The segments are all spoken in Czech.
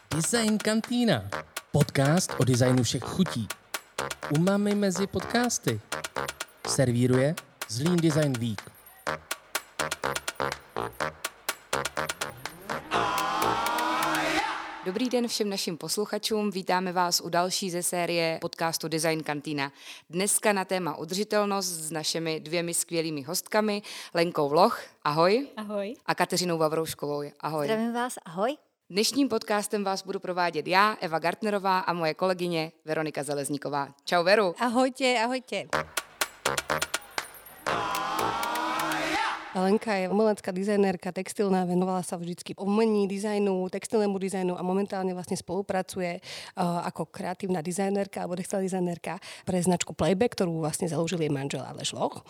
Design Kantýna. Podcast o designu všech chutí. Umami mezi podcasty. Servíruje Zlín Design Week. Dobrý den všem našim posluchačům, vítáme vás u další ze série podcastu Design Kantýna. Dneska na téma udržitelnost s našimi dvěmi skvělými hostkami, Lenkou Vloch, ahoj. Ahoj. A Kateřinou Vavrouškovou, ahoj. Zdravím vás, ahoj. Dnešním podcastem vás budu provádět já, Eva Gartnerová a moje kolegyně Veronika Zelezníková. Čau Veru. Ahojte. Lenka je umelecká dizajnérka, textilná, venovala sa vždycky umení, dizajnu, textilnému dizajnu a momentálne vlastne spolupracuje ako kreatívna dizajnérka alebo textilná dizajnérka pre značku Playback, ktorú vlastne založil jej manžel Aleš Vloch.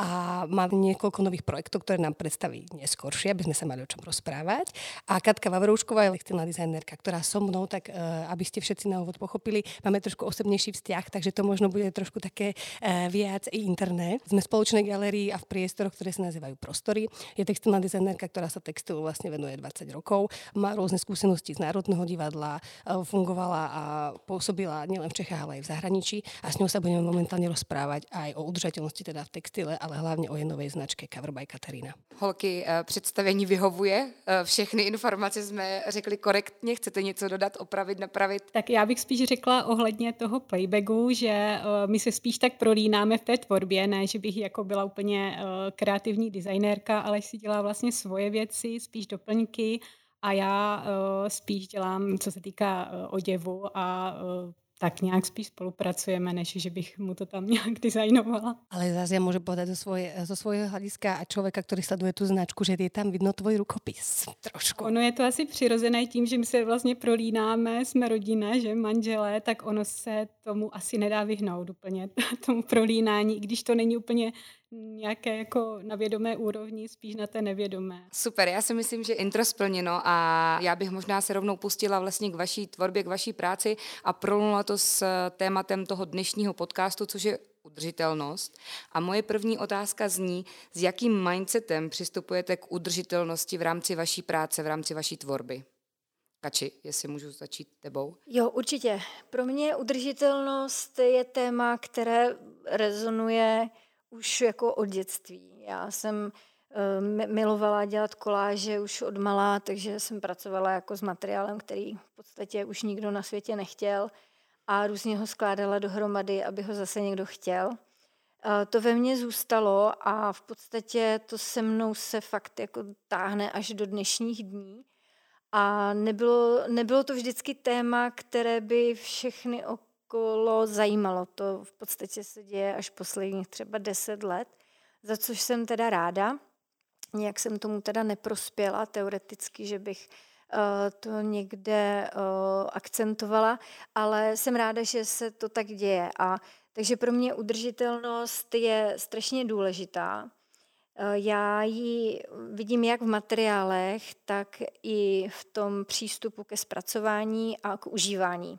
A má niekoľko nových projektov, ktoré nám predstaví neskôršie, aby sme sa mali o čom rozprávať. A Katka Vavroušková je textilná dizajnérka, ktorá so mnou, tak aby ste všetci na úvod pochopili, máme trošku osobnejší vzťah, takže to možno bude trošku také viac i interné. Sme v spoločnej galérii a v priestoroch, ktoré sa nazývajú Prostory. Je textilná dizajnérka, ktorá sa textilu vlastne venuje 20 rokov. Má rôzne skúsenosti z Národného divadla, fungovala a pôsobila nielen v Čechách, ale aj v zahraničí. A s ňou sa budeme momentálne rozprávať aj o udržateľnosti teda v textile, ale hlavne o jej novej značke Cover by Katarina. Holky, představení vyhovuje, všechny informace jsme řekli korektně, chcete něco dodat, opravit, napravit? Tak já bych spíš řekla ohledně toho playbacku, že my se spíš tak prolínáme v té tvorbě, ne, že bych jako byla úplně kreativní designérka, ale si dělá vlastně svoje věci, spíš doplňky a já spíš dělám, co se týká oděvu a tak nějak spíš spolupracujeme, než že bych mu to tam nějak designovala. Ale zase ja môžem povedať zo svojho hľadiska a človeka, ktorý sleduje tú značku, že je tam vidno tvoj rukopis trošku. Ono je to asi přirozené tím, že my se vlastně prolínáme, jsme rodina, že manželé, tak ono se tomu asi nedá vyhnout úplně tomu prolínání, i když to není úplně nějaké jako na vědomé úrovni, spíš na té nevědomé. Super, já si myslím, že intro splněno a já bych možná se rovnou pustila vlastně k vaší tvorbě, k vaší práci a prolnula to s tématem toho dnešního podcastu, což je udržitelnost. A moje první otázka zní, s jakým mindsetem přistupujete k udržitelnosti v rámci vaší práce, v rámci vaší tvorby? Kači, jestli můžu začít tebou. Jo, určitě. Pro mě udržitelnost je téma, které rezonuje už jako od dětství. Já jsem milovala dělat koláže už od malá, takže jsem pracovala jako s materiálem, který v podstatě už nikdo na světě nechtěl a různě ho skládala dohromady, aby ho zase někdo chtěl. To ve mně zůstalo a v podstatě to se mnou se fakt jako táhne až do dnešních dní. A nebylo to vždycky téma, které by všechny okolo zajímalo. To v podstatě se děje až posledních třeba 10 let, za což jsem teda ráda. Nějak jsem tomu teda neprospěla teoreticky, že bych to někde akcentovala, ale jsem ráda, že se to tak děje. Takže pro mě udržitelnost je strašně důležitá. Já ji vidím jak v materiálech, tak i v tom přístupu ke zpracování a k užívání.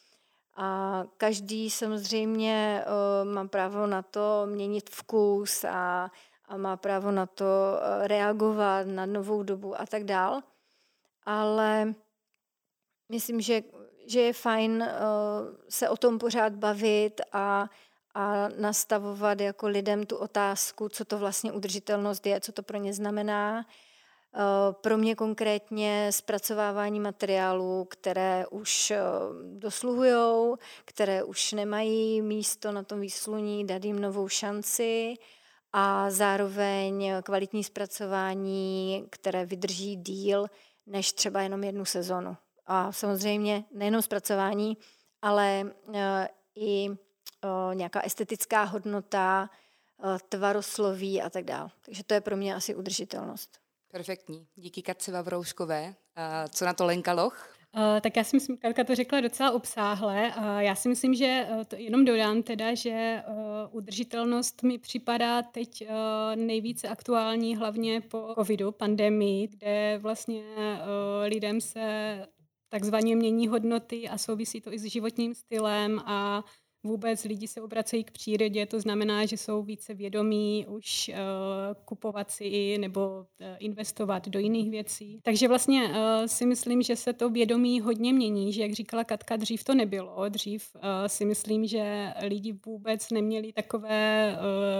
A každý samozřejmě má právo na to měnit vkus a má právo na to reagovat na novou dobu a tak dál. Ale myslím, že je fajn se o tom pořád bavit a nastavovat jako lidem tu otázku, co to vlastně udržitelnost je, co to pro ně znamená. Pro mě konkrétně zpracovávání materiálů, které už dosluhujou, které už nemají místo na tom výsluní, dát jim novou šanci a zároveň kvalitní zpracování, které vydrží díl než třeba jenom jednu sezonu. A samozřejmě nejenom zpracování, ale i nějaká estetická hodnota, tvarosloví a tak dále. Takže to je pro mě asi udržitelnost. Perfektní. Díky Katce Vavrouškové. Co na to Lenka Loch? Tak já si myslím, Katka to řekla docela obsáhle. Já si myslím, že to jenom dodám teda, že udržitelnost mi připadá teď nejvíce aktuální, hlavně po covidu, pandemii, kde vlastně lidem se takzvaně mění hodnoty a souvisí to i s životním stylem a vůbec lidi se obracejí k přírodě, to znamená, že jsou více vědomí už kupovat si nebo investovat do jiných věcí. Takže vlastně si myslím, že se to vědomí hodně mění, že jak říkala Katka, dřív to nebylo. Dřív si myslím, že lidi vůbec neměli takové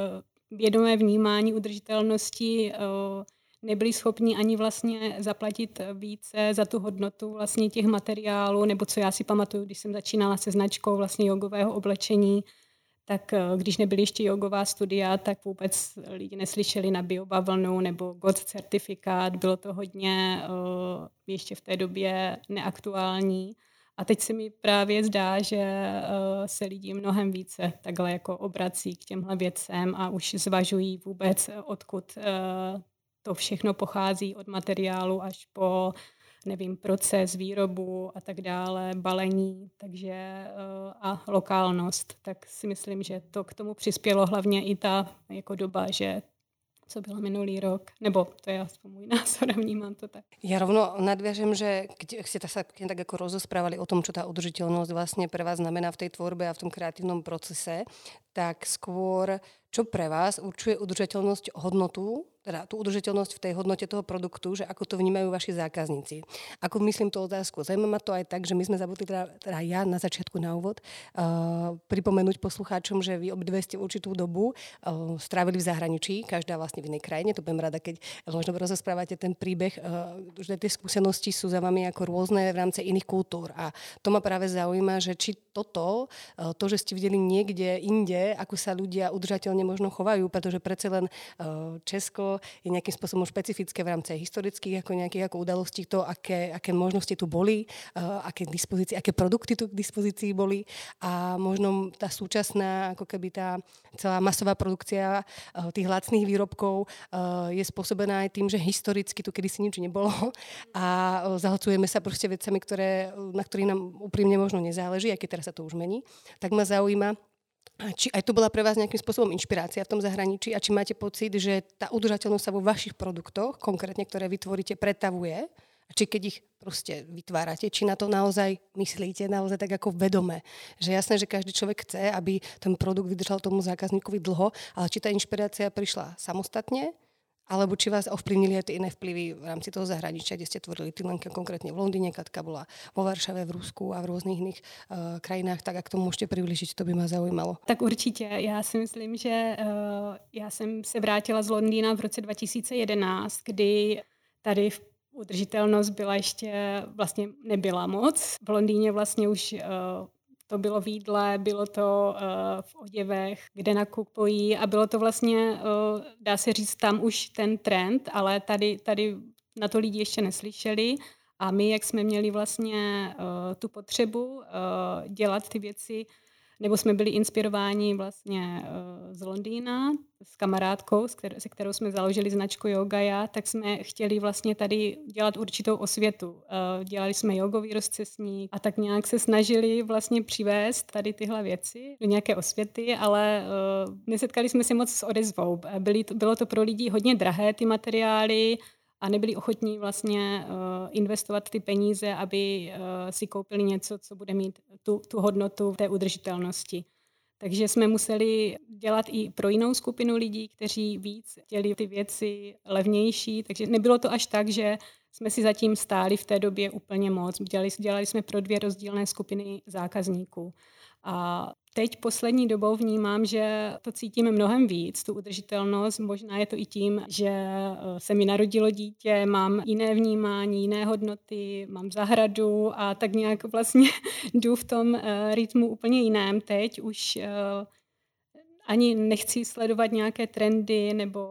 vědomé vnímání udržitelnosti, nebyli schopni ani vlastně zaplatit více za tu hodnotu vlastně těch materiálů, nebo co já si pamatuju, když jsem začínala se značkou vlastně jogového oblečení, tak když nebyly ještě jogová studia, tak vůbec lidi neslyšeli na biobavlnu nebo GOTS certifikát, bylo to hodně ještě v té době neaktuální. A teď se mi právě zdá, že se lidi mnohem více takhle jako obrací k těmhle věcem a už zvažují vůbec, odkud to všechno pochází od materiálu až po, nevím, proces, výrobu a tak dále, balení, takže a lokálnost. Tak si myslím, že to k tomu přispělo hlavně i ta jako doba, že co bylo minulý rok, nebo to je aspoň můj názor a vnímám to tak. Ja rovno nadviažem, že keď ste sa tak ako rozosprávali o tom, čo tá udržiteľnosť vlastne pre vás znamená v tej tvorbe a v tom kreatívnom procese, tak skôr čo pre vás určuje udržateľnosť hodnotu, teda tú udržateľnosť v tej hodnote toho produktu, že ako to vnímajú vaši zákazníci. Ako myslím tú otázku? Zaujíma ma to aj tak, že my sme zabudli, teda ja na začiatku na úvod, pripomenúť poslucháčom, že vy obidve ste určitú dobu strávili v zahraničí, každá vlastne v inej krajine. To budem rada, keď možno rozprávate ten príbeh, že tie skúsenosti sú za vami ako rôzne v rámci iných kultúr. A to ma práve zaujíma, že či toto, to, že ste videli niekde inde, ako sa ľudia udržateľne možno chovajú, pretože predsa len Česko je nejakým spôsobom špecifické v rámci historických ako nejakých ako udalostí, to, aké možnosti tu boli, aké produkty tu k dispozícii boli a možno tá súčasná, ako keby tá celá masová produkcia tých lacných výrobkov je spôsobená aj tým, že historicky tu kedysi nič nebolo a zahlcujeme sa proste vecami, na ktorých nám úprimne možno nezáleží, aj keď teraz sa to už mení. Tak ma zaujíma, či aj to bola pre vás nejakým spôsobom inšpirácia v tom zahraničí a či máte pocit, že tá udržateľnosť sa vo vašich produktoch, konkrétne, ktoré vytvoríte, pretavuje a či keď ich proste vytvárate, či na to naozaj myslíte, naozaj tak ako vedome. Že jasné, že každý človek chce, aby ten produkt vydržal tomu zákazníkovi dlho, ale či tá inšpirácia prišla samostatne, alebo či vás ovplyvnili aj tie iné vplyvy v rámci toho zahraničia, kde ste tvorili ty Lenka konkrétne v Londýne, Katka bola vo Varšave, v Rusku a v rôznych iných krajinách, tak ak to môžete priblížiť, to by ma zaujímalo. Tak určitě. Já si myslím, že já jsem se vrátila z Londýna v roce 2011, kdy tady udržitelnost byla ještě, vlastně nebyla moc. V Londýně vlastně už to bylo v jídle, bylo to v oděvech, kde nakupují a bylo to vlastně, dá se říct, tam už ten trend, ale tady na to lidi ještě neslyšeli a my, jak jsme měli vlastně tu potřebu dělat ty věci, nebo jsme byli inspirováni vlastně z Londýna s kamarádkou, se kterou jsme založili značku Yogaja, tak jsme chtěli vlastně tady dělat určitou osvětu. Dělali jsme jogový rozcestník a tak nějak se snažili vlastně přivést tady tyhle věci do nějaké osvěty, ale nesetkali jsme se moc s odezvou. Bylo to pro lidi hodně drahé, ty materiály, a nebyli ochotní vlastně investovat ty peníze, aby si koupili něco, co bude mít tu hodnotu té udržitelnosti. Takže jsme museli dělat i pro jinou skupinu lidí, kteří víc chtěli ty věci levnější. Takže nebylo to až tak, že jsme si zatím stáli v té době úplně moc. Dělali jsme pro 2 rozdílné skupiny zákazníků. A teď poslední dobou vnímám, že to cítíme mnohem víc, tu udržitelnost. Možná je to i tím, že se mi narodilo dítě, mám jiné vnímání, jiné hodnoty, mám zahradu a tak nějak vlastně jdu v tom rytmu úplně jiném. Teď už ani nechci sledovat nějaké trendy nebo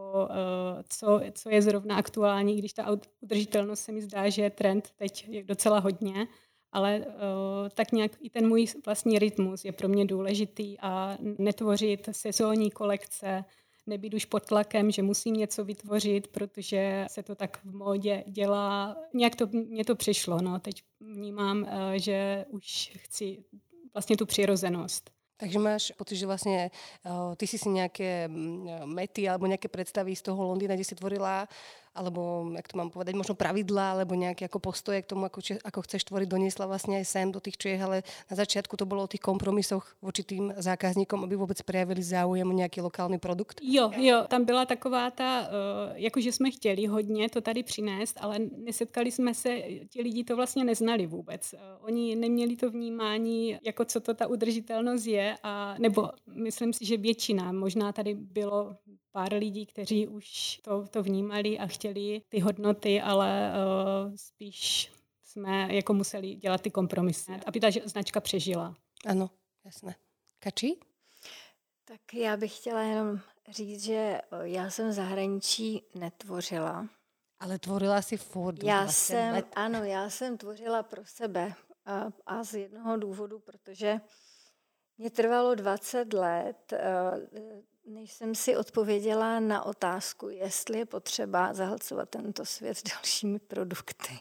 co je zrovna aktuální, když ta udržitelnost se mi zdá, že trend teď je docela hodně. Ale tak nějak i ten můj vlastní rytmus je pro mě důležitý a netvořit sezónní kolekce, nebýt už pod tlakem, že musím něco vytvořit, protože se to tak v módě dělá. Nějak mě to přišlo. No. Teď vnímám, že už chci vlastně tu přirozenost. Takže máš pocit, že vlastne ty si nejaké mety alebo nejaké predstavy z toho Londýna, kde si tvorila alebo jak to mám povedať, možno pravidlá, alebo nejaké ako postoje k tomu, ako chceš tvoriť, doniesla vlastne aj sem do tých Čiech, ale na začiatku to bolo o tých kompromisoch voči tým zákazníkom, aby vôbec prejavili záujem o nejaký lokálny produkt? Jo, tam byla taková ta, jakože jsme chtěli hodně to tady přinést, ale nesetkali jsme se, ti lidi to vlastně neznali vůbec. Oni neměli to vnímání, jako co to ta udržitelnost je, nebo myslím si, že většina, možná tady bylo pár lidí, kteří už to vnímali a chtěli ty hodnoty, ale spíš jsme jako museli dělat ty kompromisy, aby ta značka přežila. Ano, jasné. Kači? Tak já bych chtěla jenom říct, že já jsem v zahraničí netvořila. Ale tvorila si furt. Já jsem tvořila pro sebe a z jednoho důvodu, protože mě trvalo 20 let, než jsem si odpověděla na otázku, jestli je potřeba zahlcovat tento svět dalšími produkty.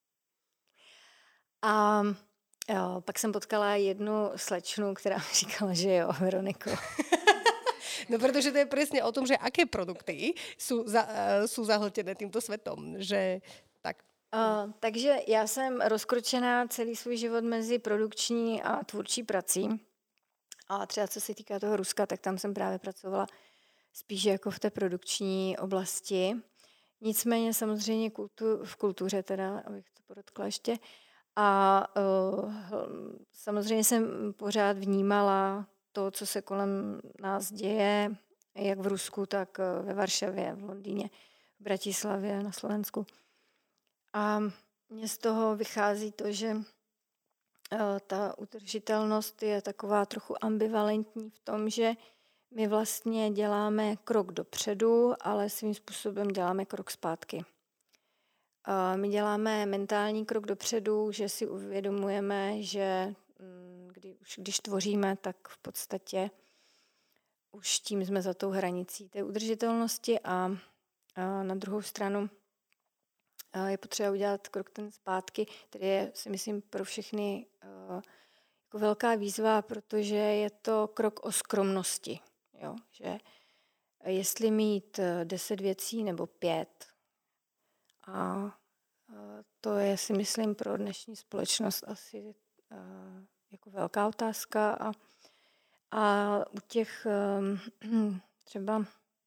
A pak jsem potkala jednu slečnu, která mi říkala, že jo, Veroniko. No pretože to je presne o tom, že aké produkty sú zahltené týmto svetom. Že tak. Takže já jsem rozkročená celý svůj život mezi produkční a tvůrčí prací. A třeba co se týká toho Ruska, tak tam jsem právě pracovala spíš jako v té produkční oblasti. Nicméně samozřejmě v kultuře, teda, abych to podotkla ještě. A samozřejmě jsem pořád vnímala to, co se kolem nás děje, jak v Rusku, tak ve Varšavě, v Londýně, v Bratislavě, na Slovensku. A mně z toho vychází to, že ta udržitelnost je taková trochu ambivalentní v tom, že my vlastně děláme krok dopředu, ale svým způsobem děláme krok zpátky. My děláme mentální krok dopředu, že si uvědomujeme, že když tvoříme, tak v podstatě už tím jsme za tou hranicí té udržitelnosti a na druhou stranu je potřeba udělat krok ten zpátky, který je, si myslím, pro všechny jako velká výzva, protože je to krok o skromnosti. Jo? Že jestli mít 10 věcí nebo 5, a to je, si myslím, pro dnešní společnost asi jako velká otázka. A u těch třeba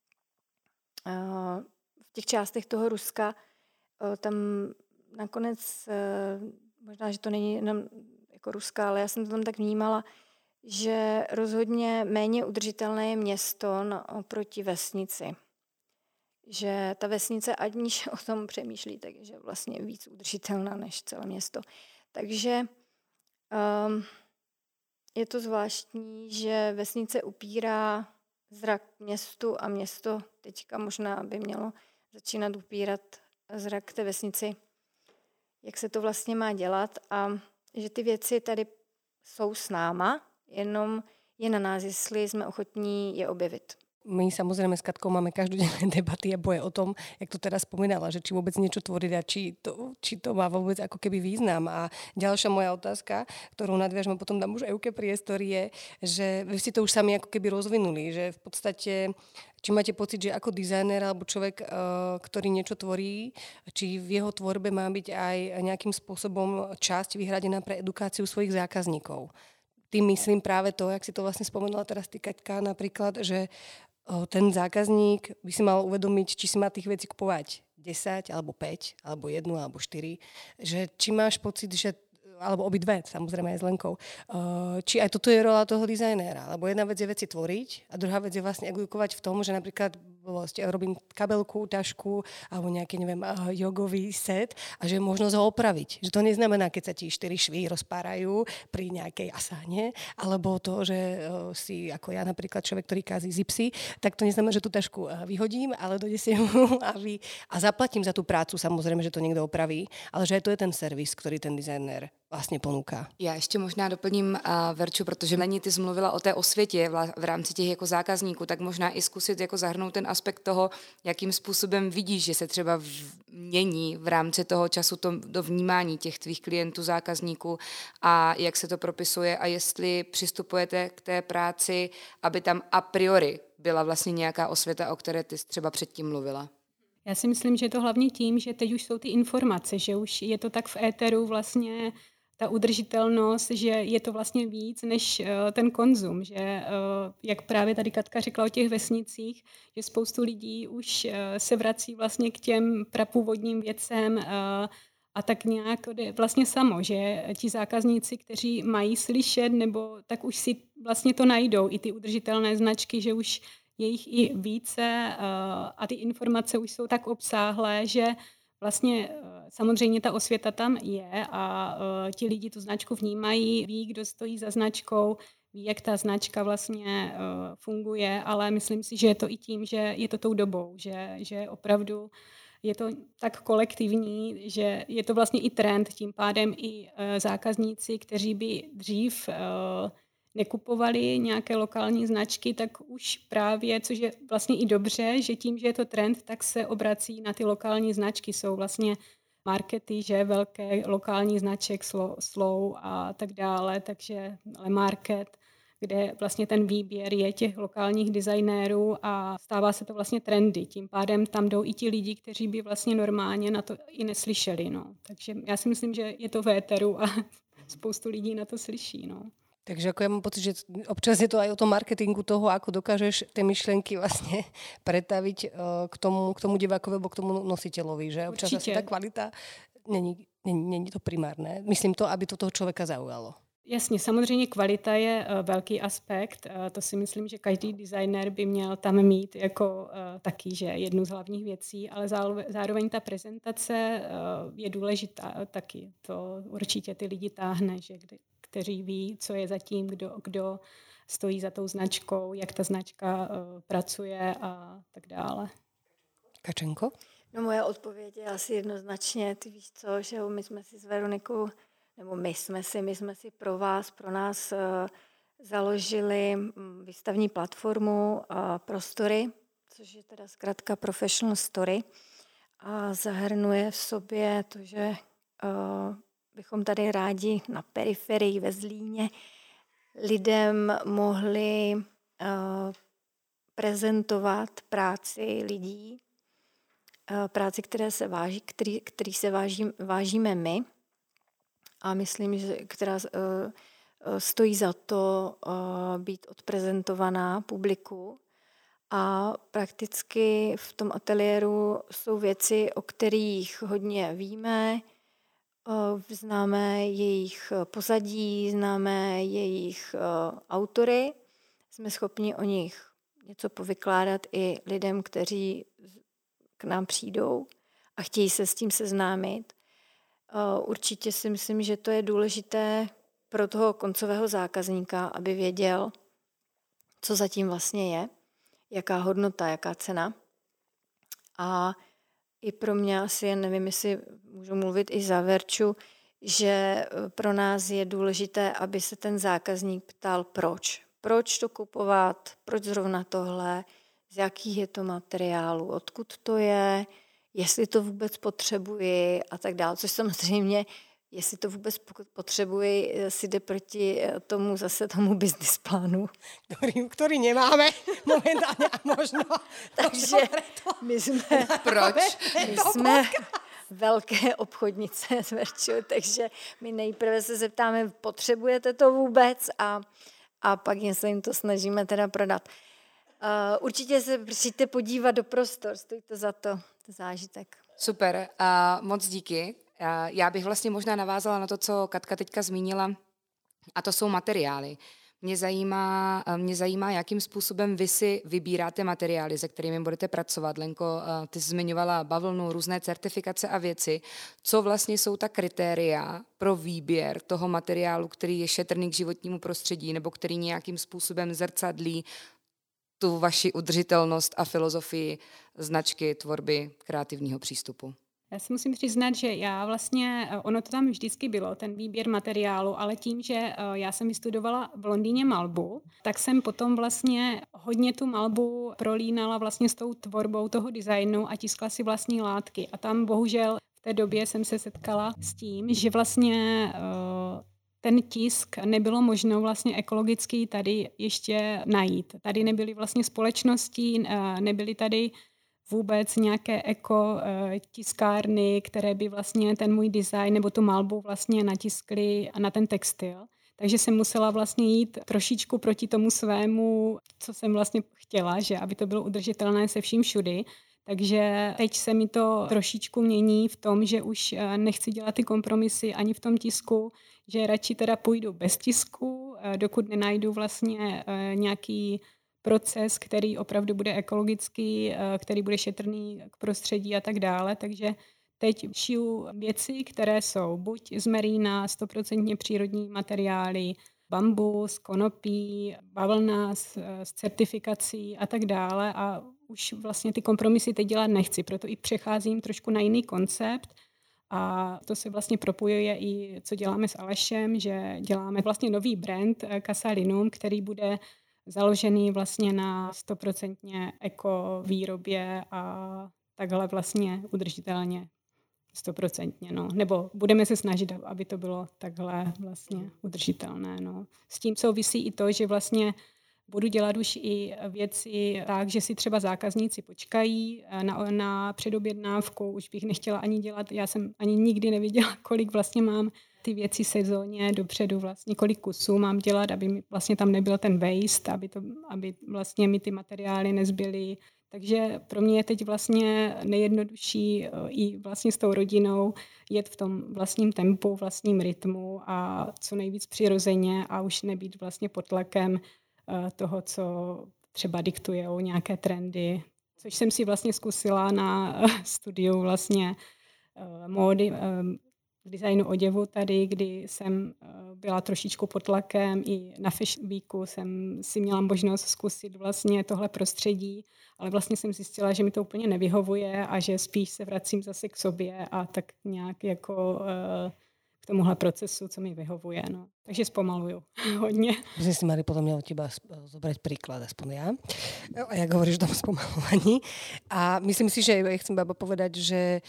v těch částech toho Ruska tam nakonec, možná, že to není jenom jako Ruska, ale já jsem to tam tak vnímala, že rozhodně méně udržitelné je město oproti vesnici. Že ta vesnice, aniž o tom přemýšlí, takže vlastně víc udržitelná než celé město. Takže je to zvláštní, že vesnice upírá zrak městu a město teďka možná by mělo začínat upírat zrak té vesnici, jak se to vlastně má dělat a že ty věci tady jsou s náma, jenom je na nás, jestli jsme ochotní je objevit. My samozrejme s Katkou máme každodenné debaty a boje o tom, jak to teraz spomínala, že či vôbec niečo tvoriť a či to má vôbec ako keby význam. A ďalšia moja otázka, ktorú nadviažme potom dám už Euke priestor, je, že vy si to už sami ako keby rozvinuli, že v podstate či máte pocit, že ako dizajner alebo človek, ktorý niečo tvorí, či v jeho tvorbe má byť aj nejakým spôsobom časť vyhradená pre edukáciu svojich zákazníkov. Tým myslím práve to, jak si to vlastne spomenula teraz ty, Kaťka, napríklad, že ten zákazník by si mal uvedomiť, či si má tých vecí kupovať 10, alebo 5, alebo 1, alebo 4. Že či máš pocit, že alebo obidve, samozrejme aj s Lenkou. Či aj toto je rola toho dizajnéra. Lebo jedna vec je veci tvoriť a druhá vec je vlastne edukovať v tom, že napríklad robím kabelku, tašku alebo nejaký, neviem, jogový set a že je možnosť ho opraviť. Že to neznamená, keď sa ti 4 švy rozpárajú pri nejakej asáne, alebo to, že si, ako ja napríklad človek, ktorý kazí zipsy, tak to neznamená, že tú tašku vyhodím, ale donesiem a zaplatím za tú prácu, samozrejme, že to niekto opraví, ale že aj to je ten servis, ktorý ten dizajnér vlastně ponúká. Já ještě možná doplním Verču, protože Leni, ty zmluvila o té osvětě v rámci těch jako zákazníků, tak možná i zkusit jako zahrnout ten aspekt toho, jakým způsobem vidíš, že se třeba mění v rámci toho času do vnímání těch tvých klientů, zákazníků a jak se to propisuje a jestli přistupujete k té práci, aby tam a priori byla vlastně nějaká osvěta, o které ty třeba předtím mluvila. Já si myslím, že je to hlavně tím, že teď už jsou ty informace, že už je to tak v éteru vlastně ta udržitelnost, že je to vlastně víc než ten konzum, že jak právě tady Katka řekla o těch vesnicích, že spoustu lidí už se vrací vlastně k těm prapůvodním věcem a tak nějak vlastně samo, že ti zákazníci, kteří mají slyšet, nebo tak už si vlastně to najdou, i ty udržitelné značky, že už je jich i více a ty informace už jsou tak obsáhlé, že vlastně samozřejmě ta osvěta tam je a ti lidi tu značku vnímají, ví, kdo stojí za značkou, ví, jak ta značka vlastně funguje, ale myslím si, že je to i tím, že je to tou dobou, že opravdu je to tak kolektivní, že je to vlastně i trend, tím pádem i zákazníci, kteří by dřív nekupovali nějaké lokální značky, tak už právě, což je vlastně i dobře, že tím, že je to trend, tak se obrací na ty lokální značky. Jsou vlastně markety, že velké lokální značek, Slow a tak dále, takže ale market, kde vlastně ten výběr je těch lokálních designérů a stává se to vlastně trendy. Tím pádem tam jdou i ti lidi, kteří by vlastně normálně na to i neslyšeli. No. Takže já si myslím, že je to v éteru a spoustu lidí na to slyší. No. Takže ako ja mám pocit, že občas je to aj o tom marketingu toho, ako dokážeš tie myšlienky vlastne pretaviť k tomu divákovi alebo k tomu nositeľovi, že občas asi tá kvalita není to primárne. Myslím to, aby to toho člověka zaujalo. Jasně, samozřejmě kvalita je velký aspekt. To si myslím, že každý designer by měl tam mít jako taky, že jednu z hlavních věcí, ale zároveň ta prezentace je důležitá taky. To určitě ty lidi táhne, že kteří ví, co je zatím, kdo stojí za tou značkou, jak ta značka pracuje a tak dále. Kačenko? No moje odpověď je asi jednoznačně, ty víš co, že my jsme si s Veronikou, nebo my jsme si pro nás založili výstavní platformu Prostory, což je teda zkrátka Professional Story a zahrnuje v sobě to, že bychom tady rádi na periferii ve Zlíně lidem mohli prezentovat práci lidí, práci, který se vážíme my a myslím, že která stojí za to být odprezentovaná publiku. A prakticky v tom ateliéru jsou věci, o kterých hodně víme, známe jejich pozadí, známe jejich autory, jsme schopni o nich něco povykládat i lidem, kteří k nám přijdou a chtějí se s tím seznámit. Určitě si myslím, že to je důležité pro toho koncového zákazníka, aby věděl, co zatím vlastně je, jaká hodnota, jaká cena. A i pro mě asi, nevím, jestli můžu mluvit i za Verču, že pro nás je důležité, aby se ten zákazník ptal, proč. Proč to kupovat, proč zrovna tohle, z jakých je to materiálu, odkud to je, jestli to vůbec potřebuji a tak dále. Což samozřejmě, jestli to vůbec potřebuji, si jde proti tomu business plánu. Ktorý nemáme momentálně a možno. Takže my jsme... Proč? My jsme velké obchodnice s Verčou, takže my nejprve se zeptáme, potřebujete to vůbec a pak se jim to snažíme teda prodat. Určitě se přijďte podívat do prostor, stojí to za to zážitek. Super, moc díky. Já bych vlastně možná navázala na to, co Katka teďka zmínila, a to jsou materiály. Mě zajímá, jakým způsobem vy si vybíráte materiály, se kterými budete pracovat. Lenko, ty jsi zmiňovala bavlnu, různé certifikace a věci. Co vlastně jsou ta kritéria pro výběr toho materiálu, který je šetrný k životnímu prostředí nebo který nějakým způsobem zrcadlí tu vaši udržitelnost a filozofii značky, tvorby, kreativního přístupu? Já si musím přiznat, že ono to tam vždycky bylo, ten výběr materiálu, ale tím, že já jsem vystudovala v Londýně malbu, tak jsem potom vlastně hodně tu malbu prolínala vlastně s tou tvorbou toho designu a tiskla si vlastní látky. A tam bohužel v té době jsem se setkala s tím, že vlastně ten tisk nebylo možno vlastně ekologicky tady ještě najít. Tady nebyly vlastně společnosti, nebyly tady vůbec nějaké tiskárny, které by vlastně ten můj design nebo tu malbu vlastně natiskly na ten textil. Takže jsem musela vlastně jít trošičku proti tomu svému, co jsem vlastně chtěla, že aby to bylo udržitelné se vším všudy. Takže teď se mi to trošičku mění v tom, že už nechci dělat ty kompromisy ani v tom tisku, že radši teda půjdu bez tisku, dokud nenajdu vlastně nějaký proces, který opravdu bude ekologický, který bude šetrný k prostředí a tak dále. Takže teď šiju věci, které jsou buď z merína, 100% přírodní materiály, bambus, konopí, bavlna s certifikací a tak dále. A už vlastně ty kompromisy teď dělat nechci, proto i přecházím trošku na jiný koncept. A to se vlastně propojuje i, co děláme s Alešem, že děláme vlastně nový brand Casa Linum, který bude založený vlastně na 100% eko výrobě a takhle vlastně udržitelně 100%. No. Nebo budeme se snažit, aby to bylo takhle vlastně udržitelné. No. S tím souvisí i to, že vlastně budu dělat už i věci tak, že si třeba zákazníci počkají na předobjednávku, už bych nechtěla ani dělat, já jsem ani nikdy neviděla, kolik vlastně mám ty věci sezóně dopředu, vlastně kolik kusů mám dělat, aby mi vlastně tam nebyl ten waste, aby vlastně mi ty materiály nezbyly. Takže pro mě je teď vlastně nejjednodušší i vlastně s tou rodinou jet v tom vlastním tempu, vlastním rytmu a co nejvíc přirozeně a už nebýt vlastně pod tlakem toho, co třeba diktujou nějaké trendy, což jsem si vlastně zkusila na studiu vlastně módy, designu oděvu tady, kdy jsem byla trošičku pod tlakem, i na Fashion Weeku jsem si měla možnost zkusit vlastně tohle prostředí, ale vlastně jsem zjistila, že mi to úplně nevyhovuje a že spíš se vracím zase k sobě a tak nějak jako k tomuhle procesu, co mi vyhovuje. No. Takže zpomaluju hodně. My sme si mali podľa mňa od teba zobrať príklad, aspoň ja. A jak hovoríš o tom spomalovaní. A myslím si, že ja chcem baba povedať, že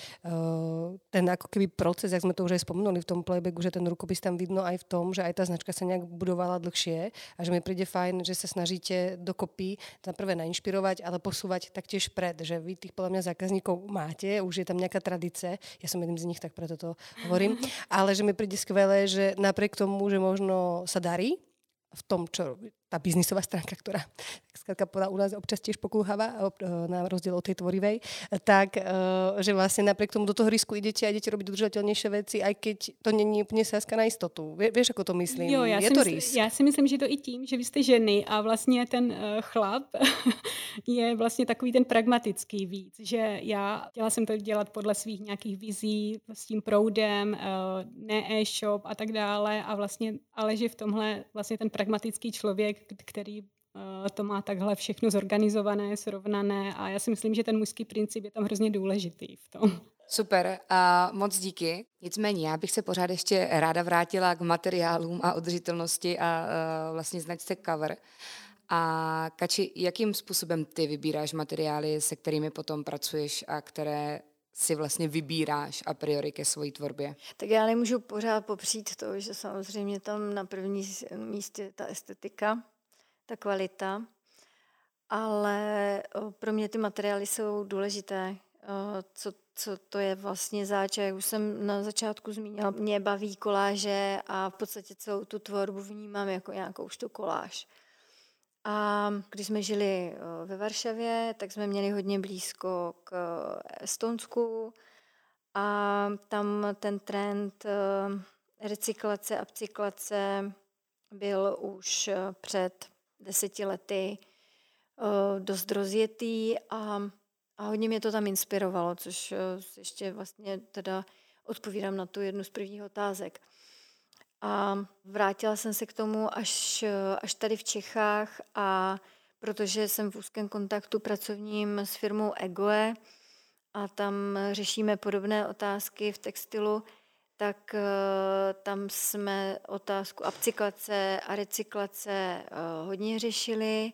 ten ako keby proces, jak sme to už aj spomenuli v tom playbacku, že ten rukopis tam vidno aj v tom, že aj tá značka sa nejak budovala dlhšie a že mi príde fajn, že sa snažíte dokopy za prvé nainšpirovať, ale posúvať taktiež pred, že vy tých podľa mňa zákazníkov máte, už je tam nejaká tradícia. Ja som jedným z nich, tak preto to hovorím. Ale že mi príde skvelé, že napriek tomu, že možno sa darí v tom, čo tá biznisová stránka, ktorá skrátka u nás občas tiež pokulháva, na rozdiel od tej tvorivej, tak, že vlastne napriek tomu do toho risku idete a idete robiť udržateľnejšie veci, aj keď to není úplne sázka na istotu. Vieš, ako to myslím? Jo, je to risk. Já si myslím, že to i tím, že vy jste ženy a vlastně ten chlap je vlastně takový ten pragmatický víc, že já chtěla jsem to dělat podle svých nějakých vizí s tím proudem, ne e-shop a tak dále a vlastně, ale že v tomhle vlastně ten pragmatický člověk, který to má takhle všechno zorganizované, srovnané a já si myslím, že ten mužský princip je tam hrozně důležitý v tom. Super, moc díky. Nicméně, já bych se pořád ještě ráda vrátila k materiálům a udržitelnosti a vlastně značce Cover. A Kači, jakým způsobem ty vybíráš materiály, se kterými potom pracuješ a které si vlastně vybíráš a priori ke svojí tvorbě? Tak já nemůžu pořád popřít to, že samozřejmě tam na první místě ta estetika, ta kvalita, ale pro mě ty materiály jsou důležité. Co to je vlastně zač, jak už jsem na začátku zmínila, mě baví koláže a v podstatě celou tu tvorbu vnímám jako nějakou už tu koláž. A když jsme žili ve Varšavě, tak jsme měli hodně blízko k Estonsku a tam ten trend recyklace a upcyklace byl už před 10 lety dost rozjetý a hodně mě to tam inspirovalo, což ještě vlastně teda odpovídám na tu jednu z prvních otázek. A vrátila jsem se k tomu až tady v Čechách a protože jsem v úzkém kontaktu pracovním s firmou Egoe a tam řešíme podobné otázky v textilu, tak tam jsme otázku upcyklace a recyklace hodně řešili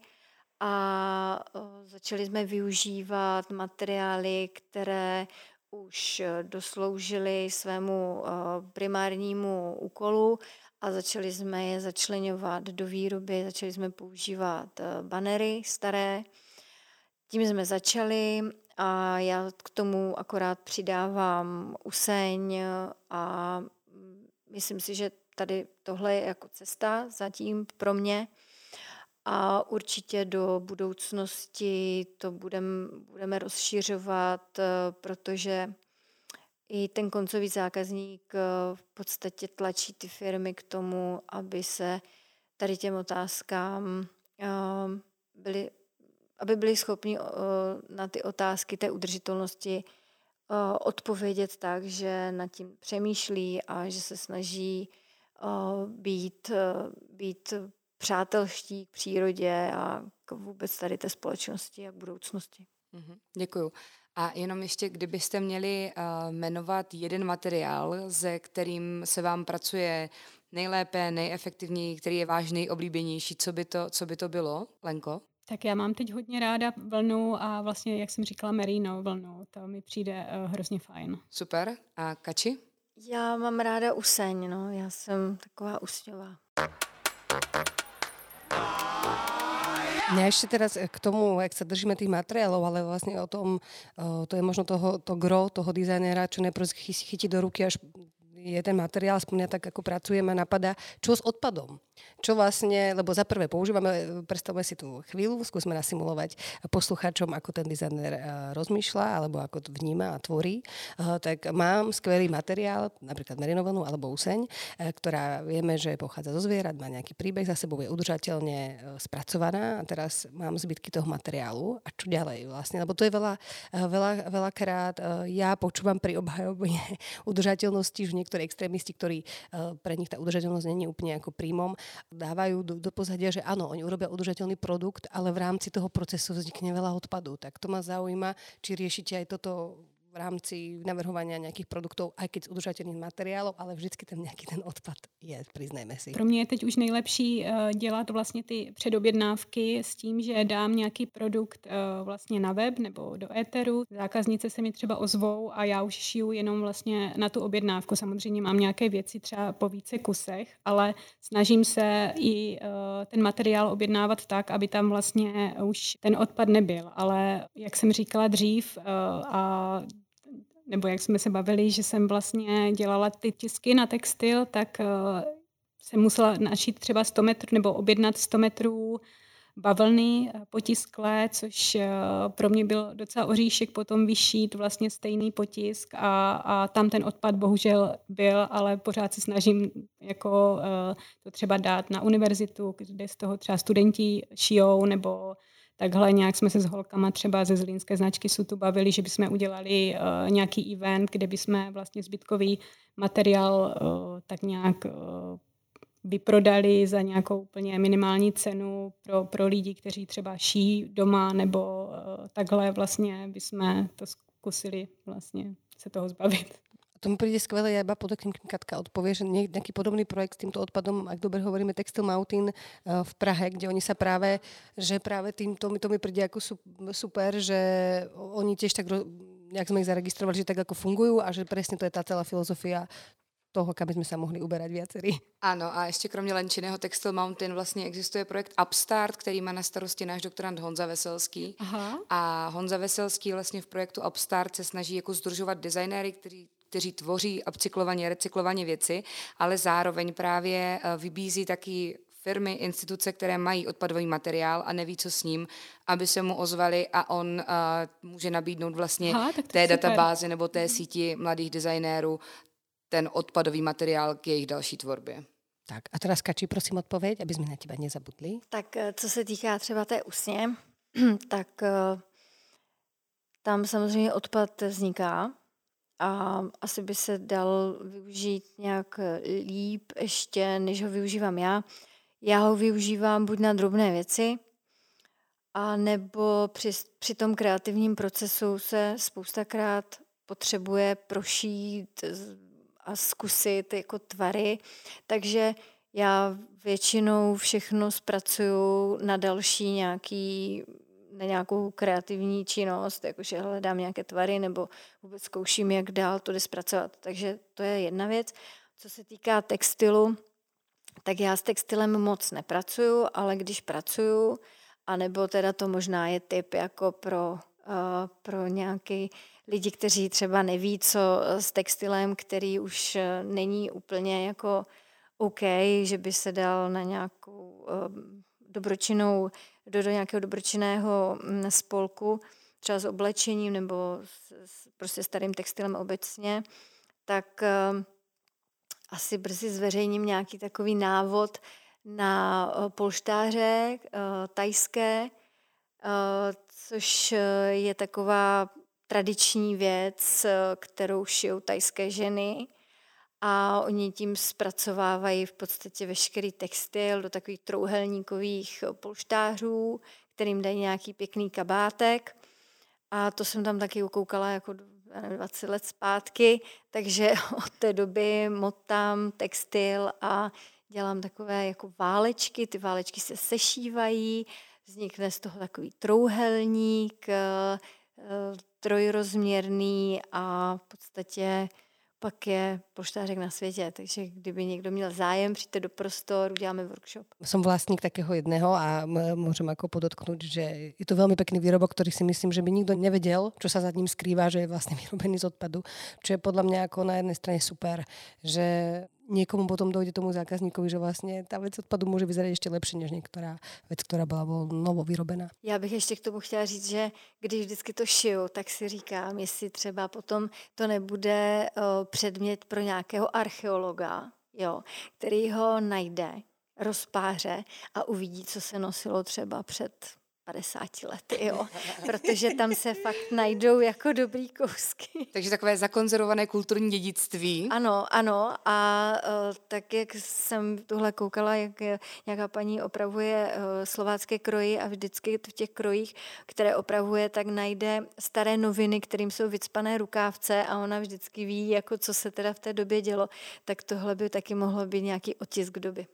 a začali jsme využívat materiály, které už dosloužily svému primárnímu úkolu a začali jsme je začleňovat do výroby, začali jsme používat banery staré. Tím jsme začali a já k tomu akorát přidávám useň a myslím si, že tady tohle je jako cesta zatím pro mě a určitě do budoucnosti to budeme rozšiřovat, protože i ten koncový zákazník v podstatě tlačí ty firmy k tomu, aby se tady těm otázkám byli schopni na ty otázky té udržitelnosti odpovědět tak, že nad tím přemýšlí a že se snaží být přátelští k přírodě a k vůbec tady té společnosti a k budoucnosti. Děkuju. A jenom ještě, kdybyste měli jmenovat jeden materiál, se kterým se vám pracuje nejlépe, nejefektivněji, který je váš nejoblíbenější, co by to bylo, Lenko? Tak já mám teď hodně ráda vlnu a vlastně, jak jsem říkala, merino vlnu. To mi přijde hrozně fajn. Super. A Kači? Já mám ráda useň, no. Já jsem taková usňová. Mňa ešte teraz k tomu, jak sa držíme tých materiálov, ale vlastne o tom, to je možno to gro toho dizajnera, čo najprv chytí do ruky, až je ten materiál, aspoň ja tak ako pracujeme, napadá, čo s odpadom. Čo vlastne, lebo za prvé používame, predstavme si tú chvíľu, skúsme nasimulovať poslucháčom, ako ten dizajner rozmýšľa, alebo ako to vníma a tvorí. Tak mám skvelý materiál, napríklad merinovanu alebo useň, ktorá vieme, že pochádza zo zvierat, má nejaký príbeh za sebou, je udržateľne spracovaná a teraz mám zbytky toho materiálu. A čo ďalej vlastne? Lebo to je veľakrát ja počúvam pri obhajobe udržateľnosti, že niektorí extrémisti, ktorí pre nich tá udržateľnosť nie je úplne ako príjmom, dávajú do pozadia, že áno, oni urobia udržateľný produkt, ale v rámci toho procesu vznikne veľa odpadu. Tak to ma zaujíma, či riešite aj toto v rámci navrhovania nejakých produktov, aj keď z udržateľných materiálov, ale vždycky tam nějaký ten odpad je, přiznejme si. Pro mě je teď už nejlepší dělat vlastně ty předobjednávky s tím, že dám nějaký produkt vlastně na web nebo do éteru. Zákaznice se mi třeba ozvou a já už šiju jenom vlastně na tu objednávku. Samozřejmě mám nějaké věci třeba po více kusech, ale snažím se i ten materiál objednávat tak, aby tam vlastně už ten odpad nebyl. Ale jak jsem říkala dřív nebo jak jsme se bavili, že jsem vlastně dělala ty tisky na textil, tak jsem musela našít třeba 100 metrů nebo objednat 100 metrů bavlny potisklé, což pro mě byl docela oříšek potom vyšít vlastně stejný potisk a tam ten odpad bohužel byl, ale pořád se snažím jako to třeba dát na univerzitu, kde z toho třeba studenti šijou nebo takhle nějak jsme se s holkama třeba ze zlínské značky Sutu bavili, že bychom udělali nějaký event, kde bychom vlastně zbytkový materiál tak nějak vyprodali za nějakou úplně minimální cenu pro lidi, kteří třeba šijí doma nebo takhle vlastně bychom to zkusili vlastně se toho zbavit. To mi príde skvelé, ja iba podoknem, kým Katka odpovie, že nejaký podobný projekt s týmto odpadom, ak dobre hovoríme, Textile Mountain v Prahe, kde oni sa práve týmto, to mi príde ako super, že oni tiež tak, jak sme ich zaregistrovali, že tak ako fungujú a že presne to je tá celá filozofia toho, kam jsme se mohli uberať viacerí. Ano, a ještě kromě Lenčiného Textile Mountain vlastně existuje projekt Upstart, který má na starosti náš doktorand Honza Veselský. Aha. A Honza Veselský vlastně v projektu Upstart se snaží jako sdružovat designéry, kteří tvoří upcyklovaně, recyklovaně věci, ale zároveň právě vybízí taky firmy, instituce, které mají odpadový materiál a neví, co s ním, aby se mu ozvali a on může nabídnout vlastně té databázi nebo té síti mladých designérů ten odpadový materiál k jejich další tvorbě. Tak a teraz Kači, prosím odpověď, aby jsme na teba nezabudli. Tak co se týká třeba té usně, tak tam samozřejmě odpad vzniká a asi by se dal využít nějak líp ještě, než ho využívám já. Já ho využívám buď na drobné věci, a nebo při tom kreativním procesu se spoustakrát potřebuje prošít a zkusit jako tvary, takže já většinou všechno zpracuju na další na nějakou kreativní činnost, jakože hledám nějaké tvary nebo vůbec zkouším, jak dál to jde zpracovat. Takže to je jedna věc. Co se týká textilu, tak já s textilem moc nepracuju, ale když pracuju, anebo teda to možná je tip jako pro pro nějaký lidi, kteří třeba neví, co s textilem, který už není úplně jako OK, že by se dal na nějakou dobročinnou, do nějakého dobročinného spolku, třeba s oblečením nebo prostě starým textilem obecně, tak asi brzy zveřejním nějaký takový návod na polštáře thajské, což je taková tradiční věc, kterou šijou thajské ženy a oni tím zpracovávají v podstatě veškerý textil do takových trouhelníkových polštářů, kterým dají nějaký pěkný kabátek. A to jsem tam taky ukoukala jako 20 let zpátky, takže od té doby motám textil a dělám takové jako válečky. Ty válečky se sešívají, vznikne z toho takový trouhelník, trojrozměrný a v podstatě pak je polštářek na světě. Takže kdyby někdo měl zájem, přijďte do Prostor, uděláme workshop. Som vlastník takého jedného a môžem ako podotknúť, že je to veľmi pekný výrobok, ktorý si myslím, že by nikto nevedel, čo sa za ním skrýva, že je vlastne vyrobený z odpadu. Čo je podľa mňa ako na jednej strane super, že niekomu potom dojde tomu zákazníkovi, že vlastně ta věc odpadu může vyzerať ještě lepší než některá věc, která byla novo vyrobená. Já bych ještě k tomu chtěla říct, že když vždycky to šiju, tak si říkám, jestli třeba potom to nebude předmět pro nějakého archeologa, jo, který ho najde, rozpáře a uvidí, co se nosilo třeba před 50 lety, jo. Protože tam se fakt najdou jako dobrý kousky. Takže takové zakonzervované kulturní dědictví. Ano, ano. A tak, jak jsem tuhle koukala, jak nějaká paní opravuje slovácké kroji a vždycky v těch krojích, které opravuje, tak najde staré noviny, kterým jsou vycpané rukávce a ona vždycky ví, jako co se teda v té době dělo. Tak tohle by taky mohlo být nějaký otisk doby.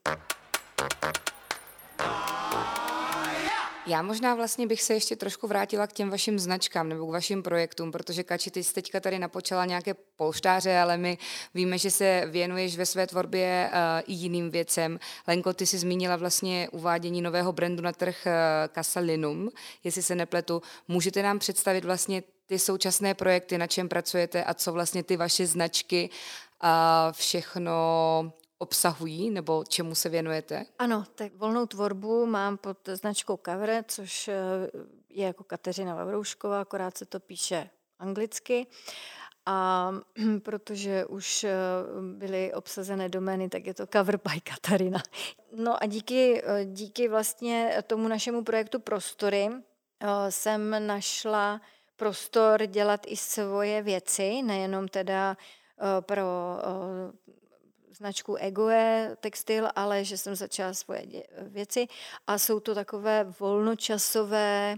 Já možná vlastně bych se ještě trošku vrátila k těm vašim značkám nebo k vašim projektům, protože Kači, ty jsi teďka tady napočala nějaké polštáře, ale my víme, že se věnuješ ve své tvorbě i jiným věcem. Lenko, ty jsi zmínila vlastně uvádění nového brandu na trh Casa Linum, jestli se nepletu. Můžete nám představit vlastně ty současné projekty, na čem pracujete a co vlastně ty vaše značky všechno obsahují, nebo čemu se věnujete? Ano, tak volnou tvorbu mám pod značkou Cover, což je jako Kateřina Vavroušková, akorát se to píše anglicky. A protože už byly obsazené domény, tak je to Cover by Katarina. No a díky vlastně tomu našemu projektu Prostory jsem našla prostor dělat i svoje věci, nejenom teda pro značku Egoe textil, ale že jsem začala svoje věci a jsou to takové volnočasové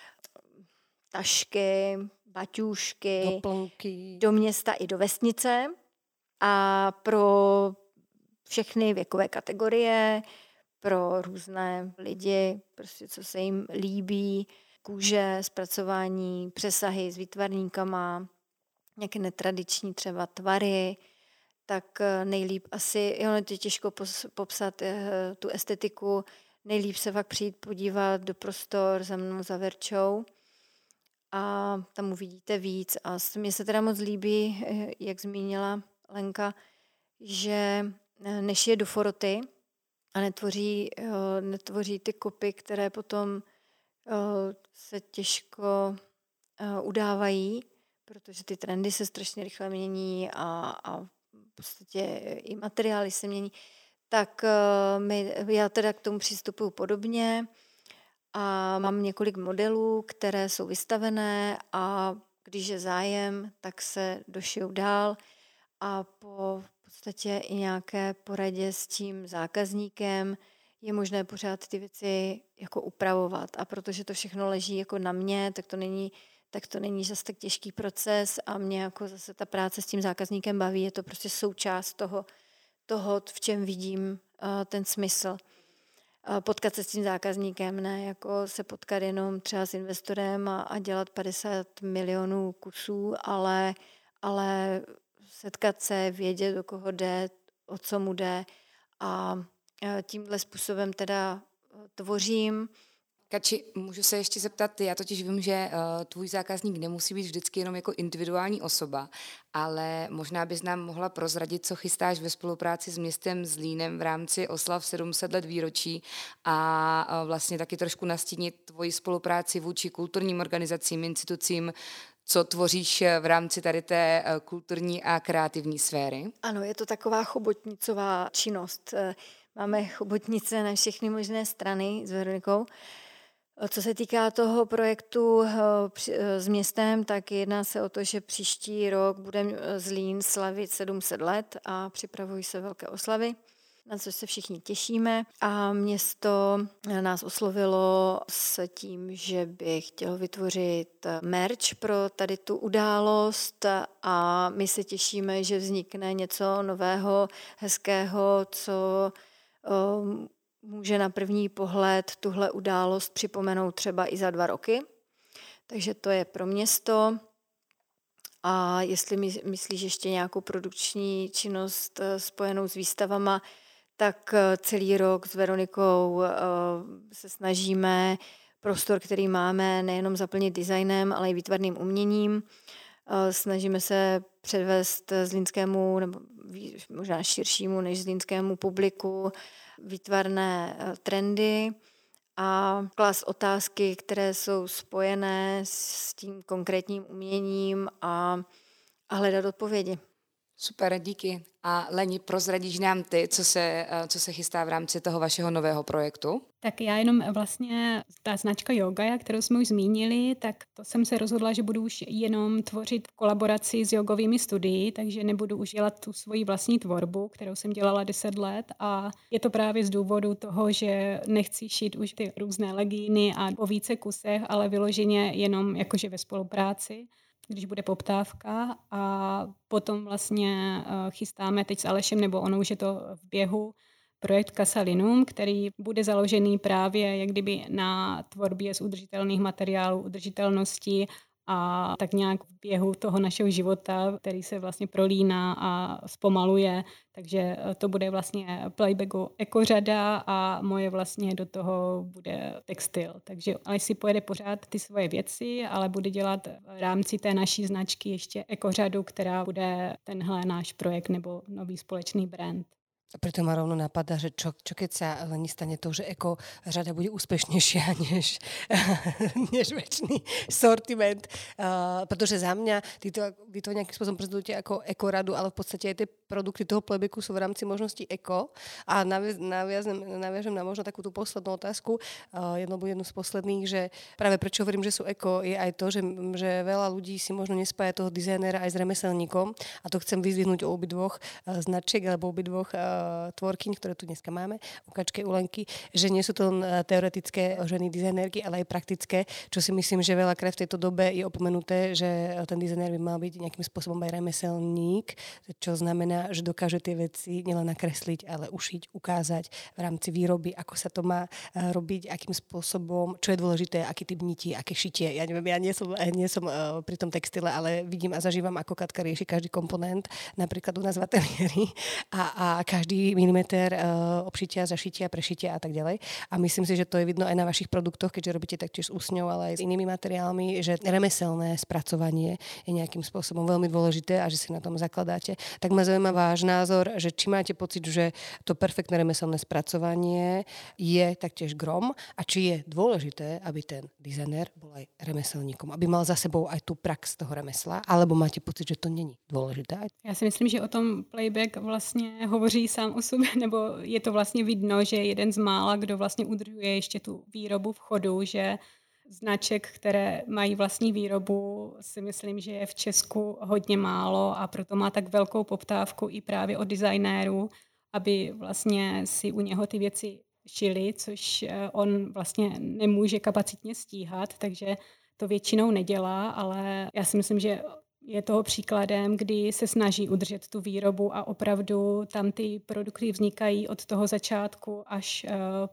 tašky, baťůžky, doplňky do města i do vesnice a pro všechny věkové kategorie, pro různé lidi, prostě co se jim líbí, kůže, zpracování, přesahy s výtvarníkama, nějaké netradiční třeba tvary, tak nejlíp asi, ono je těžko popsat tu estetiku, nejlíp se fakt přijít podívat do Prostor za mnou za Verčou a tam uvidíte víc. A mně se teda moc líbí, jak zmínila Lenka, že nešije do foroty a netvoří ty kopy, které potom se těžko udávají, protože ty trendy se strašně rychle mění a v podstatě i materiály se mění, tak já teda k tomu přistupuju podobně a mám několik modelů, které jsou vystavené a když je zájem, tak se došijou dál a po v podstatě i nějaké poradě s tím zákazníkem je možné pořád ty věci jako upravovat a protože to všechno leží jako na mě, tak to není zase tak těžký proces a mě jako zase ta práce s tím zákazníkem baví, je to prostě součást toho v čem vidím ten smysl. Potkat se s tím zákazníkem, ne jako se potkat jenom třeba s investorem a dělat 50 milionů kusů, ale setkat se, vědět, do koho jde, o co mu jde a tímhle způsobem teda tvořím Kači, můžu se ještě zeptat, já totiž vím, že tvůj zákazník nemusí být vždycky jenom jako individuální osoba, ale možná bys nám mohla prozradit, co chystáš ve spolupráci s městem Zlínem v rámci oslav 700 let výročí a vlastně taky trošku nastínit tvoji spolupráci vůči kulturním organizacím, institucím, co tvoříš v rámci tady té kulturní a kreativní sféry. Ano, je to taková chobotnicová činnost. Máme chobotnice na všechny možné strany s Veronikou. Co se týká toho projektu s městem, tak jedná se o to, že příští rok bude Zlín slavit 700 let a připravují se velké oslavy, na což se všichni těšíme. A město nás oslovilo s tím, že by chtělo vytvořit merch pro tady tu událost a my se těšíme, že vznikne něco nového, hezkého, co může na první pohled tuhle událost připomenout třeba i za 2 roky. Takže to je pro město. A jestli myslíš ještě nějakou produkční činnost spojenou s výstavama, tak celý rok s Veronikou se snažíme prostor, který máme, nejenom zaplnit designem, ale i výtvarným uměním. Snažíme se předvést zlínskému, nebo možná širšímu než zlínskému publiku výtvarné trendy a klást otázky, které jsou spojené s tím konkrétním uměním a hledat odpovědi. Super, díky. A Leni, prozradíš nám ty, co se chystá v rámci toho vašeho nového projektu? Tak já jenom vlastně, ta značka Yogaja, kterou jsme už zmínili, tak to jsem se rozhodla, že budu už jenom tvořit v kolaboraci s jogovými studii, takže nebudu už dělat tu svoji vlastní tvorbu, kterou jsem dělala 10 let a je to právě z důvodu toho, že nechci šít už ty různé legíny a po více kusech, ale vyloženě jenom jakože ve spolupráci, když bude poptávka a potom vlastně chystáme teď s Alešem, nebo ono už je to v běhu, projekt Casalinum, který bude založený právě jak kdyby na tvorbě z udržitelných materiálů, udržitelnosti a tak nějak v běhu toho našeho života, který se vlastně prolíná a zpomaluje. Takže to bude vlastně Playbagu ekořada a moje vlastně do toho bude textil. Takže Aleš si pojede pořád ty svoje věci, ale bude dělat v rámci té naší značky ještě ekořadu, která bude tenhle náš projekt nebo nový společný brand. Preto ma rovno napadá, že čo keď sa Leni stane to, že eko řada bude úspešnejšia než väčší sortiment. Pretože za mňa vy to nejakým spôsobom prezentujete ako ekoradu, ale v podstate aj tie produkty toho Playbagu sú v rámci možností eko. A naviažem na možno takú tú poslednú otázku, jednu z posledných, že práve prečo hovorím, že sú eko, je aj to, že veľa ľudí si možno nespája toho dizajnera aj s remeselníkom. A to chcem vyzvihnúť u obidvoch značiek alebo obidvoch tvorkyň, ktoré tu dneska máme, u Kačky, u Lenky, že nie sú to len teoretické ženy dizajnérky, ale aj praktické, čo si myslím, že veľakrát v tejto dobe je opomenuté, že ten dizajnér by mal byť nejakým spôsobom aj remeselník, čo znamená, že dokáže tie veci nielen nakresliť, ale ušiť, ukázať v rámci výroby, ako sa to má robiť, akým spôsobom, čo je dôležité, aký typ nití, aké šitie. Ja neviem, ja nie som pri tom textile, ale vidím a zažívam, ako Katka rieši každý komponent, napríklad u nás v ateliéri a každý milimeter obšitia, zašitia, prešitia a tak ďalej. A myslím si, že to je vidno aj na vašich produktoch, keďže robíte taktiež s úsňou, ale aj s inými materiálmi, že remeselné spracovanie je nejakým spôsobom veľmi dôležité a že si na tom zakladáte. Tak ma zaujíma váš názor, že či máte pocit, že to perfektné remeselné spracovanie je taktiež grom a či je dôležité, aby ten dizajner bol aj remeselníkom, aby mal za sebou aj tú prax toho remesla, alebo máte pocit, že to není dôležité? Já si myslím, že o tom Playback vlastně hovoří sám o sobě, nebo je to vlastně vidno, že jeden z mála, kdo vlastně udržuje ještě tu výrobu v chodu, že značek, které mají vlastní výrobu, si myslím, že je v Česku hodně málo a proto má tak velkou poptávku i právě od designérů, aby vlastně si u něho ty věci šili, což on vlastně nemůže kapacitně stíhat, takže to většinou nedělá, ale já si myslím, že je toho příkladem, kdy se snaží udržet tu výrobu a opravdu tam ty produkty vznikají od toho začátku až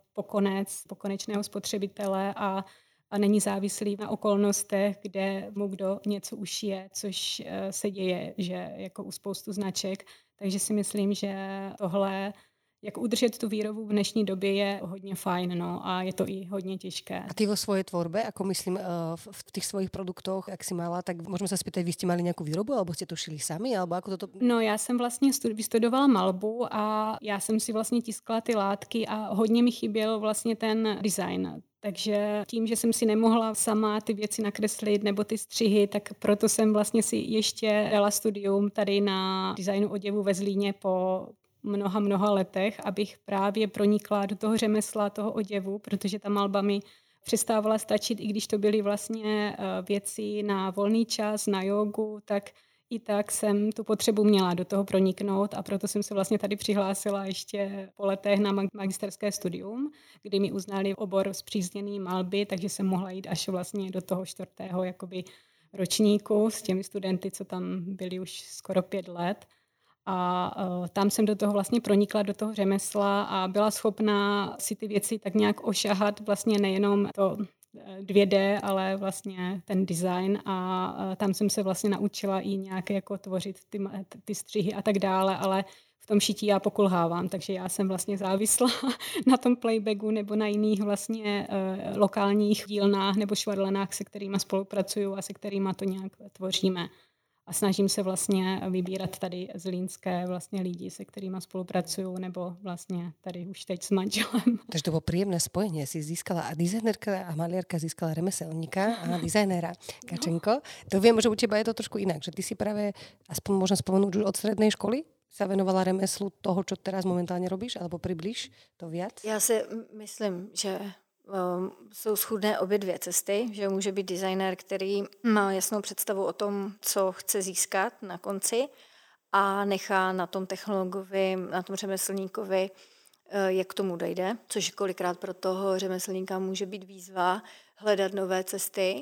po konečného spotřebitele a není závislý na okolnostech, kde mu kdo něco ušije, což se děje, že jako u spoustu značek. Takže si myslím, že tohle jak udržet tu výrobu v dnešní době je hodně fajn, no, a je to i hodně těžké. A ty vo svojej tvorbe, ako myslím v tých svojich produktoch, jak si mala, tak môžeme sa spýtať, vy ste mali nejakú výrobu, alebo ste to šili sami, alebo ako toto? No, já jsem vlastně vystudovala malbu a já jsem si vlastně tiskla ty látky a hodně mi chyběl vlastně ten design. Takže tím, že jsem si nemohla sama ty věci nakreslit nebo ty střihy, tak proto jsem vlastně si ještě dala studium tady na designu oděvu ve Zlíně po mnoha letech, abych právě pronikla do toho řemesla, toho oděvu, protože ta malba mi přestávala stačit, i když to byly vlastně věci na volný čas, na jógu, tak i tak jsem tu potřebu měla do toho proniknout a proto jsem se vlastně tady přihlásila ještě po letech na magisterské studium, kdy mi uznali obor spřízněný malby, takže jsem mohla jít až vlastně do toho 4. jakoby ročníku s těmi studenty, co tam byli už skoro 5 let. A tam jsem do toho vlastně pronikla, do toho řemesla a byla schopná si ty věci tak nějak ošahat, vlastně nejenom to 2D, ale vlastně ten design a tam jsem se vlastně naučila i nějak jako tvořit ty střihy a tak dále, ale v tom šití já pokulhávám, takže já jsem vlastně závislá na tom playbacku nebo na jiných vlastně lokálních dílnách nebo švadlenách, se kterými spolupracuju a se kterými to nějak tvoříme. A snažím se vlastně vybírat tady zlínské vlastně lidi, se kterými spolupracuju, nebo vlastně tady už teď s manželem. Takže to bylo príjemné spojenie. Si získala a dizajnerka a maliarka získala remeselníka a dizajnéra Kačenko. To viem, že u teba je to trošku inak, že ty si práve, aspoň môžem spomenúť, už od strednej školy sa venovala remeslu toho, čo teraz momentálne robíš, alebo približ to viac? Já si myslím, že jsou schůdné obě dvě cesty, že může být designér, který má jasnou představu o tom, co chce získat na konci a nechá na tom technologovi, na tom řemeslníkovi, jak k tomu dojde, což kolikrát pro toho řemeslníka může být výzva hledat nové cesty.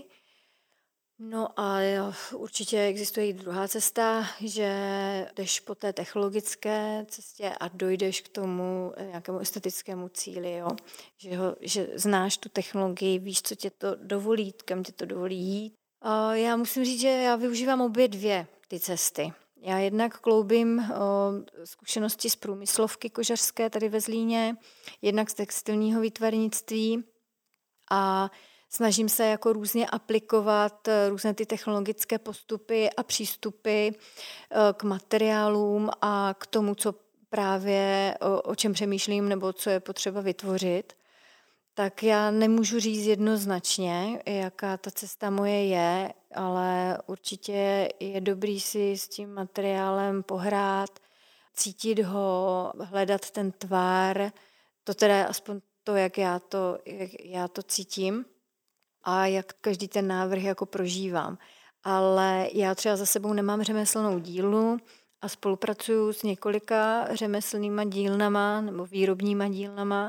No a určitě existuje i druhá cesta, že jdeš po té technologické cestě a dojdeš k tomu nějakému estetickému cíli, jo? Že znáš tu technologii, víš, co tě to dovolí, kam tě to dovolí jít. A já musím říct, že já využívám obě dvě ty cesty. Já jednak kloubím zkušenosti z průmyslovky kožařské tady ve Zlíně, jednak z textilního výtvarnictví a snažím se jako různě aplikovat různé ty technologické postupy a přístupy k materiálům a k tomu, co právě o čem přemýšlím nebo co je potřeba vytvořit. Tak já nemůžu říct jednoznačně, jaká ta cesta moje je, ale určitě je dobrý si s tím materiálem pohrát, cítit ho, hledat ten tvar, to teda aspoň to, jak já to cítím a jak každý ten návrh jako prožívám. Ale já třeba za sebou nemám řemeslnou dílnu a spolupracuju s několika řemeslnýma dílnama nebo výrobníma dílnama.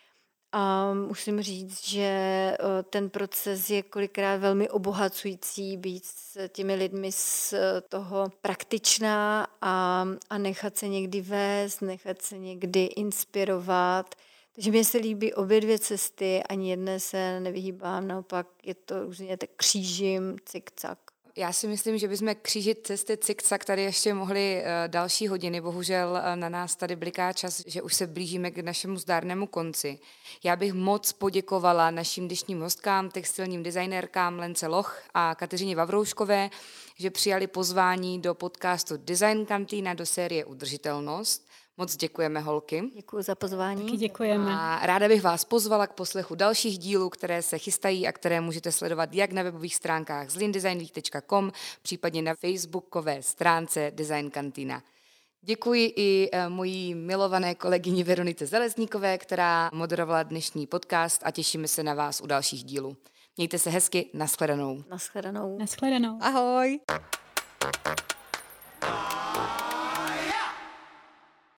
A musím říct, že ten proces je kolikrát velmi obohacující, být s těmi lidmi z toho praktičná a nechat se někdy vést, nechat se někdy inspirovat. Takže mně se líbí obě dvě cesty, ani jedné se nevyhýbám, naopak je to různě tak křížím, cik-cak. Já si myslím, že bychom křížit cesty cik-cak tady ještě mohli další hodiny. Bohužel na nás tady bliká čas, že už se blížíme k našemu zdárnému konci. Já bych moc poděkovala našim dnešním hostkám, textilním designérkám Lence Loch a Kateřině Vavrouškové, že přijali pozvání do podcastu Design Kantýna do série Udržitelnost. Moc děkujeme, holky. Děkuji za pozvání. Taky děkujeme. A ráda bych vás pozvala k poslechu dalších dílů, které se chystají a které můžete sledovat jak na webových stránkách zlindesignweek.com, případně na facebookové stránce Design Kantýna. Děkuji i mojí milované kolegyni Veronice Zelezníkové, která moderovala dnešní podcast a těšíme se na vás u dalších dílů. Mějte se hezky, nashledanou. Nashledanou. Nashledanou. Ahoj.